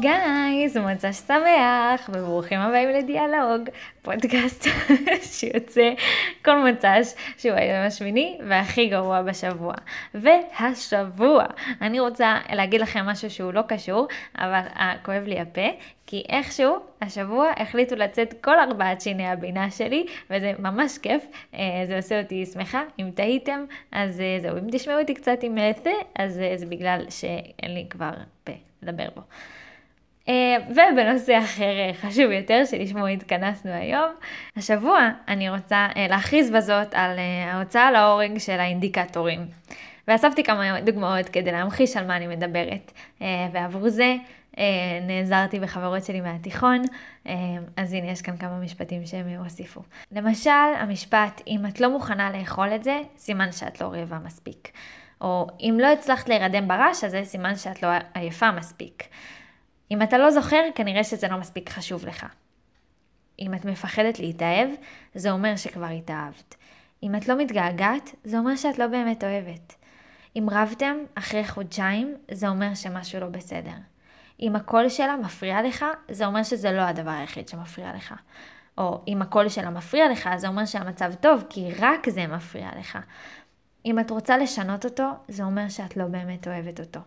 גייז, מוצ"ש שמח, וברוכים הבאים לדיאלוג, פודקאסט שיוצא כל מוצ"ש שהוא היום השמיני והכי גרוע בשבוע. והשבוע אני רוצה להגיד לכם משהו שהוא לא קשור, אבל כואב לי הפה, כי איכשהו השבוע החליטו לצאת כל 4 שיני הבינה שלי, וזה ממש כיף, זה עושה אותי שמחה. אם תהיתם, אז זהו, אם תשמעו אותי קצת עם פה, אז זה בגלל שאין לי כבר פה לדבר בו. ובנושא אחר חשוב יותר שלשמו התכנסנו היום, השבוע אני רוצה להכריז בזאת על ההוצאה להורג של האינדיקטורים. ואספתי כמה דוגמאות כדי להמחיש על מה אני מדברת, ועבור זה נעזרתי בחברות שלי מהתיכון, אז הנה יש כאן כמה משפטים שהם הוסיפו. למשל, המשפט, אם את לא מוכנה לאכול את זה, סימן שאת לא רעבה מספיק. או אם לא הצלחת להירדם ברש, אז זה סימן שאת לא עייפה מספיק. אם אתה לא זוכר, כנראה שזה לא מספיק חשוב לך. אם את מפחדת להתאהב, זה אומר שכבר התאהבת. אם את לא מתגעגעת, זה אומר שאת לא באמת אוהבת. אם רבתם אחרי חודשיים, זה אומר שמשהו לא בסדר. אם הקול שלה מפריע לך, זה אומר שזה לא הדבר היחיד שמפריע לך. או אם הקול שלה מפריע לך, זה אומר שהמצב טוב, כי רק זה מפריע לך. אם את רוצה לשנות אותו, זה אומר שאת לא באמת אוהבת אותו.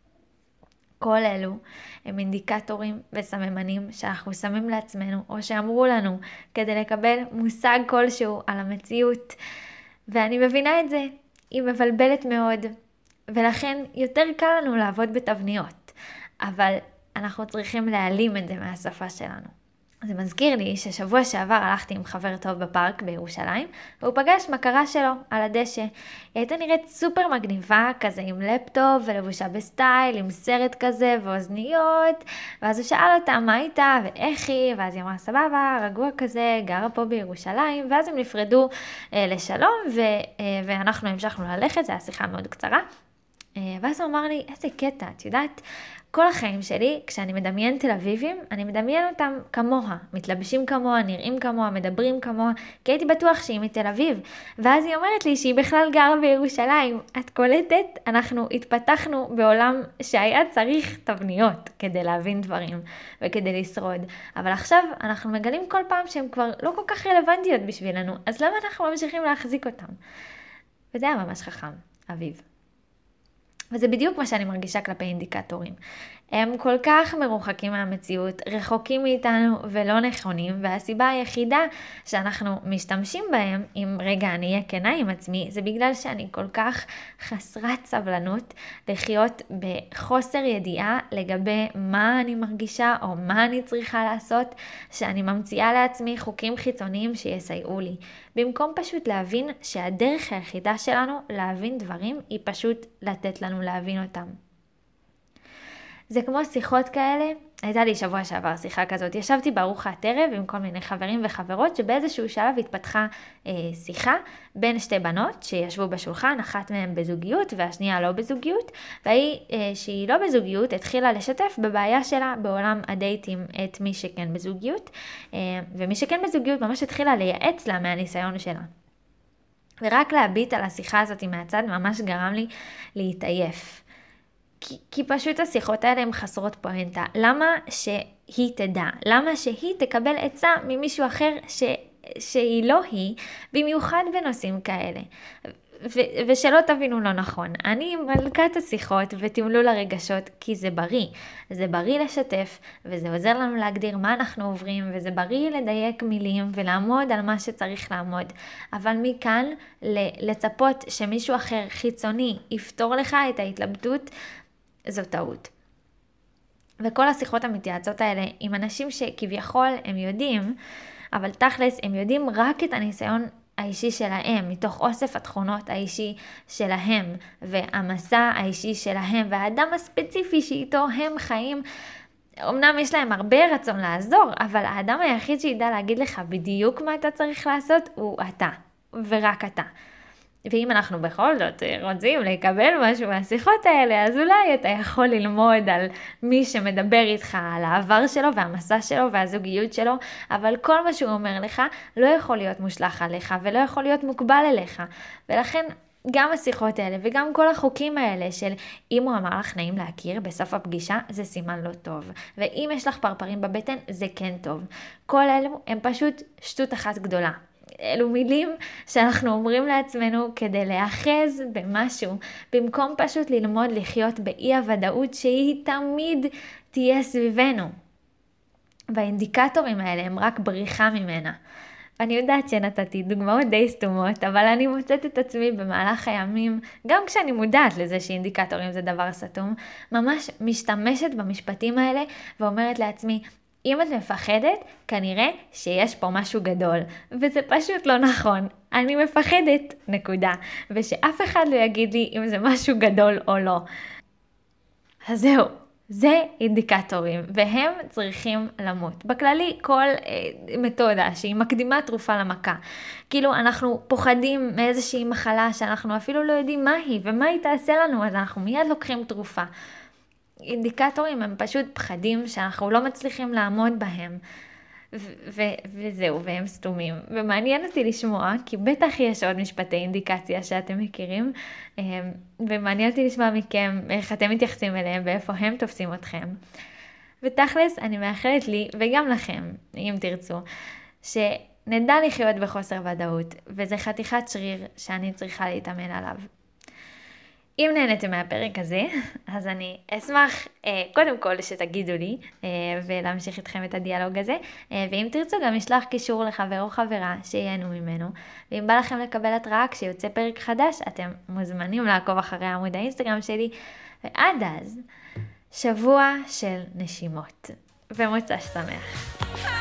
כל אלו הם אינדיקטורים וסממנים שאנחנו שמים לעצמנו או שאמרו לנו כדי לקבל מושג כלשהו על המציאות. ואני מבינה את זה, היא מבלבלת מאוד, ולכן יותר קל לנו לעבוד בתבניות. אבל אנחנו צריכים להעלים את זה מהשפה שלנו. זה מזכיר לי ששבוע שעבר הלכתי עם חבר טוב בפארק בירושלים, והוא פגש מכרה שלו על הדשא. היא הייתה נראית סופר מגניבה, כזה עם לפטופ ולבושה בסטייל, עם סרט כזה ואוזניות, ואז הוא שאל אותה מה הייתה ואיך היא, ואז היא אמרה סבבה, רגוע כזה, גרה פה בירושלים, ואז הם נפרדו לשלום, ואנחנו המשכנו ללכת, זו הייתה שיחה מאוד קצרה. ואז הוא אמר לי, איזה קטע, את יודעת, כל החיים שלי, כשאני מדמיין תל אביבים, אני מדמיין אותם כמוה, מתלבשים כמוה, נראים כמוה, מדברים כמוה, כי הייתי בטוח שהיא מתל אביב. ואז היא אומרת לי שהיא בכלל גרה בירושלים. את קולטת? אנחנו התפתחנו בעולם שהיה צריך תבניות כדי להבין דברים וכדי לשרוד. אבל עכשיו אנחנו מגלים כל פעם שהן כבר לא כל כך רלוונטיות בשבילנו, אז למה אנחנו ממשיכים להחזיק אותם? וזה היה ממש חכם, אביב. וזה בדיוק מה שאני מרגישה כלפי אינדיקטורים. הם כל כך מרוחקים מהמציאות, רחוקים מאיתנו ולא נכונים, והסיבה היחידה שאנחנו משתמשים בהם, אם רגע אני אהיה כנה עם עצמי, זה בגלל שאני כל כך חסרת סבלנות לחיות בחוסר ידיעה לגבי מה אני מרגישה או מה אני צריכה לעשות, שאני ממציאה לעצמי חוקים חיצוניים שיסייעו לי. במקום פשוט להבין שהדרך היחידה שלנו להבין דברים היא פשוט לתת לנו להבין אותם. זה כמו שיחות כאלה, הייתה לי שבוע שעבר שיחה כזאת, ישבתי בארוחת ערב עם כל מיני חברים וחברות, שבאיזשהו שלב התפתחה שיחה בין 2 בנות שישבו בשולחן, אחת מהן בזוגיות והשנייה לא בזוגיות, והיא שהיא לא בזוגיות התחילה לשתף בבעיה שלה בעולם הדייטים את מי שכן בזוגיות, ומי שכן בזוגיות ממש התחילה לייעץ לה מהניסיון שלה. ורק להביט על השיחה הזאת מהצד ממש גרם לי להתעייף. כי פשוט השיחות האלה הן חסרות פואנטה. למה שהיא תדע? למה שהיא תקבל עצה ממישהו אחר שהיא לא היא, במיוחד בנושאים כאלה? ושלא תבינו לא נכון. אני מלכת השיחות ותמלול הרגשות, כי זה בריא. זה בריא לשתף, וזה עוזר לנו להגדיר מה אנחנו עוברים, וזה בריא לדייק מילים ולעמוד על מה שצריך לעמוד. אבל מכאן לצפות שמישהו אחר חיצוני יפתור לך את ההתלבטות, זו טעות. וכל השיחות המתייעצות האלה עם אנשים שכביכול הם יודעים, אבל תכלס הם יודעים רק את הניסיון האישי שלהם, מתוך אוסף התכונות האישי שלהם, והמסע האישי שלהם, והאדם הספציפי שאיתו הם חיים. אמנם יש להם הרבה רצון לעזור, אבל האדם היחיד שידע להגיד לך בדיוק מה אתה צריך לעשות, הוא אתה, ורק אתה. ואם אנחנו בכל זאת רוצים לקבל משהו מהשיחות האלה, אז אולי אתה יכול ללמוד על מי שמדבר איתך, על העבר שלו והמסע שלו והזוגיות שלו, אבל כל מה שהוא אומר לך לא יכול להיות מושלך עליך ולא יכול להיות מוקבל אליך. ולכן גם השיחות האלה וגם כל החוקים האלה של אם הוא אמר לך נעים להכיר בסוף הפגישה, זה סימן לא טוב. ואם יש לך פרפרים בבטן, זה כן טוב. כל אלו הם פשוט שטות אחת גדולה. אלו מילים שאנחנו אומרים לעצמנו כדי להאחז במשהו, במקום פשוט ללמוד לחיות באי הוודאות שהיא תמיד תהיה סביבנו. והאינדיקטורים האלה הם רק בריחה ממנה. אני יודעת שנתתי דוגמאות די סתומות, אבל אני מוצאת את עצמי במהלך הימים, גם כשאני מודעת לזה שאינדיקטורים זה דבר סתום, ממש משתמשת במשפטים האלה ואומרת לעצמי, אם את מפחדת, כנראה שיש פה משהו גדול, וזה פשוט לא נכון. אני מפחדת, נקודה, ושאף אחד לא יגיד לי אם זה משהו גדול או לא. אז זהו. זה אינדיקטורים, והם צריכים למות. בכללי, כל מתודה שהיא מקדימה תרופה למכה. כאילו, אנחנו פוחדים מאיזושהי מחלה שאנחנו אפילו לא יודעים מה היא, ומה היא תעשה לנו, אז אנחנו מיד לוקחים תרופה. אינדיקטורים הם פשוט פחדים שאנחנו לא מצליחים לעמוד בהם. וזהו, והם סתומים. ומעניין אותי לשמוע, כי בטח יש עוד משפטי אינדיקציה שאתם מכירים, ומעניין אותי לשמוע מכם איך אתם מתייחסים אליהם ואיפה הם תופסים אתכם. ותכלס, אני מאחלת לי, וגם לכם, אם תרצו, שנדע לחיות בחוסר ודאות, וזה חתיכת שריר שאני צריכה להתאמן עליו. אם נהנתם מהפרק הזה, אז אני אשמח קודם כל שתגידו לי ולהמשיך איתכם את הדיאלוג הזה, ואם תרצו גם אשלח קישור לחבר או חברה שיהנו ממנו, ואם בא לכם לקבל התראה כשיוצא פרק חדש, אתם מוזמנים לעקוב אחרי עמוד האינסטגרם שלי, ועד אז, שבוע של נשימות, ומוצ"ש שמח.